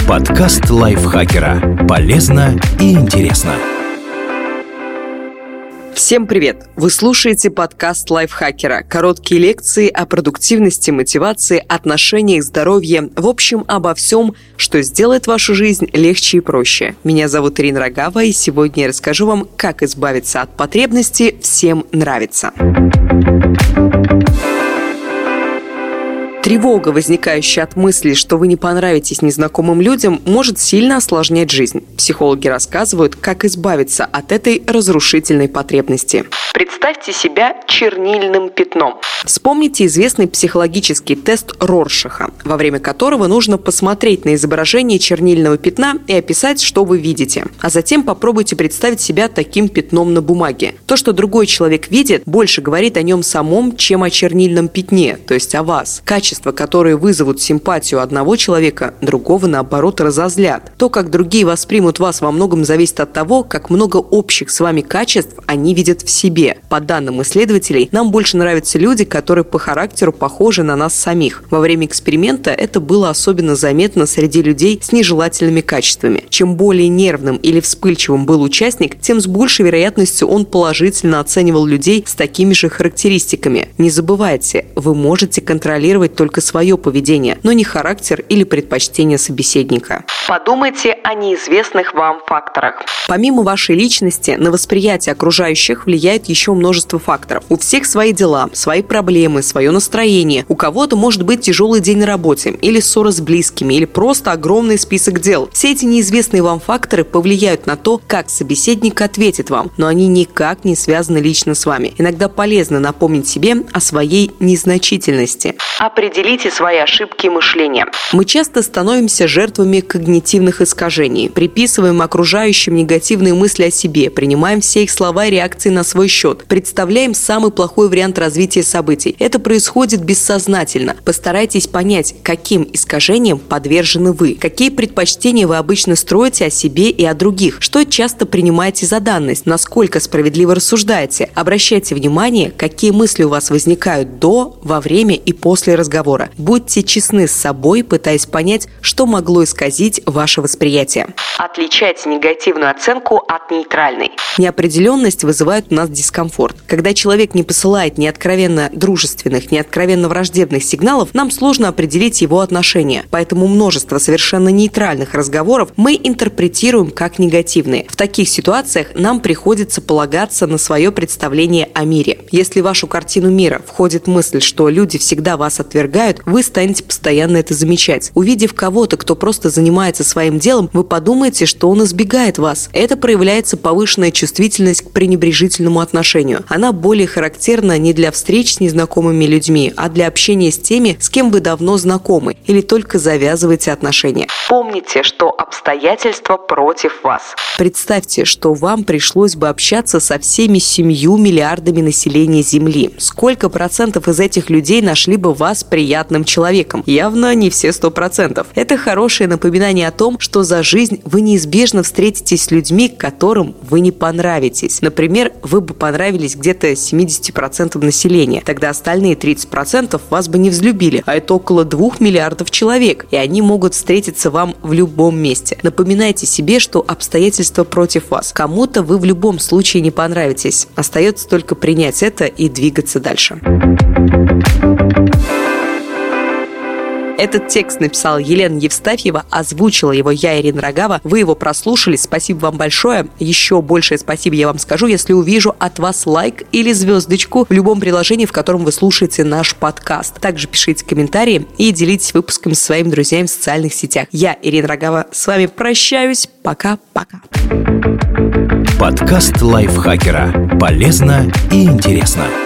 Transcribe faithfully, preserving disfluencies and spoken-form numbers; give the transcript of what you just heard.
Подкаст лайфхакера. Полезно и интересно. Всем привет! Вы слушаете подкаст лайфхакера. Короткие лекции о продуктивности, мотивации, отношениях, здоровье. В общем, обо всем, что сделает вашу жизнь легче и проще. Меня зовут Ирина Рогава, и сегодня я расскажу вам, как избавиться от потребности «всем нравится». Тревога, возникающая от мысли, что вы не понравитесь незнакомым людям, может сильно осложнять жизнь. Психологи рассказывают, как избавиться от этой разрушительной потребности. Представьте себя чернильным пятном. Вспомните известный психологический тест Роршаха, во время которого нужно посмотреть на изображение чернильного пятна и описать, что вы видите. А затем попробуйте представить себя таким пятном на бумаге. То, что другой человек видит, больше говорит о нем самом, чем о чернильном пятне, то есть о вас. Качество, которые вызовут симпатию одного человека, другого, наоборот, разозлят. То, как другие воспримут вас, во многом зависит от того, как много общих с вами качеств они видят в себе. По данным исследователей, нам больше нравятся люди, которые по характеру похожи на нас самих. Во время эксперимента это было особенно заметно среди людей с нежелательными качествами. Чем более нервным или вспыльчивым был участник, тем с большей вероятностью он положительно оценивал людей с такими же характеристиками. Не забывайте, вы можете контролировать только только свое поведение, но не характер или предпочтение собеседника. Подумайте о неизвестных вам факторах. Помимо вашей личности, на восприятие окружающих влияет еще множество факторов. У всех свои дела, свои проблемы, свое настроение. У кого-то может быть тяжелый день на работе, или ссора с близкими, или просто огромный список дел. Все эти неизвестные вам факторы повлияют на то, как собеседник ответит вам, но они никак не связаны лично с вами. Иногда полезно напомнить себе о своей незначительности. Определите свои ошибки мышления. Мы часто становимся жертвами когнитивных искажений, приписываем окружающим негативные мысли о себе, принимаем все их слова и реакции на свой счет, представляем самый плохой вариант развития событий. Это происходит бессознательно. Постарайтесь понять, каким искажениям подвержены вы, какие предпочтения вы обычно строите о себе и о других, что часто принимаете за данность, насколько справедливо рассуждаете. Обращайте внимание, какие мысли у вас возникают до, во время и после разговора. Будьте честны с собой, пытаясь понять, что могло исказить ваше восприятие. Отличайте негативную оценку от нейтральной. Неопределенность вызывает у нас дискомфорт. Когда человек не посылает ни откровенно дружественных, ни откровенно враждебных сигналов, нам сложно определить его отношения. Поэтому множество совершенно нейтральных разговоров мы интерпретируем как негативные. В таких ситуациях нам приходится полагаться на свое представление о мире. Если в вашу картину мира входит мысль, что люди всегда вас отвергают, вы станете постоянно это замечать. Увидев кого-то, кто просто занимается своим делом, вы подумаете, что он избегает вас. Это проявляется повышенная чувствительность к пренебрежительному отношению. Она более характерна не для встреч с незнакомыми людьми, а для общения с теми, с кем вы давно знакомы или только завязываете отношения. Помните, что обстоятельства против вас. Представьте, что вам пришлось бы общаться со всеми семью миллиардами населения Земли. Сколько процентов из этих людей нашли бы вас приятным человеком? Явно не все сто процентов. Это хорошее напоминание о том, что за жизнь вы неизбежно встретитесь с людьми, которым вы не понравитесь. Например, вы бы понравились где-то семьдесят процентов населения. Тогда остальные тридцать процентов вас бы не взлюбили, а это около двух миллиардов человек, и они могут встретиться вам в любом месте. Напоминайте себе, что обстоятельства против вас. Кому-то вы в любом случае не понравитесь. Остается только принять это и двигаться дальше. Этот текст написала Елена Евстафьева, озвучила его я, Ирина Рогава. Вы его прослушали, спасибо вам большое. Еще большее спасибо я вам скажу, если увижу от вас лайк или звездочку в любом приложении, в котором вы слушаете наш подкаст. Также пишите комментарии и делитесь выпуском со своими друзьями в социальных сетях. Я, Ирина Рогава, с вами прощаюсь. Пока-пока. Подкаст лайфхакера. Полезно и интересно.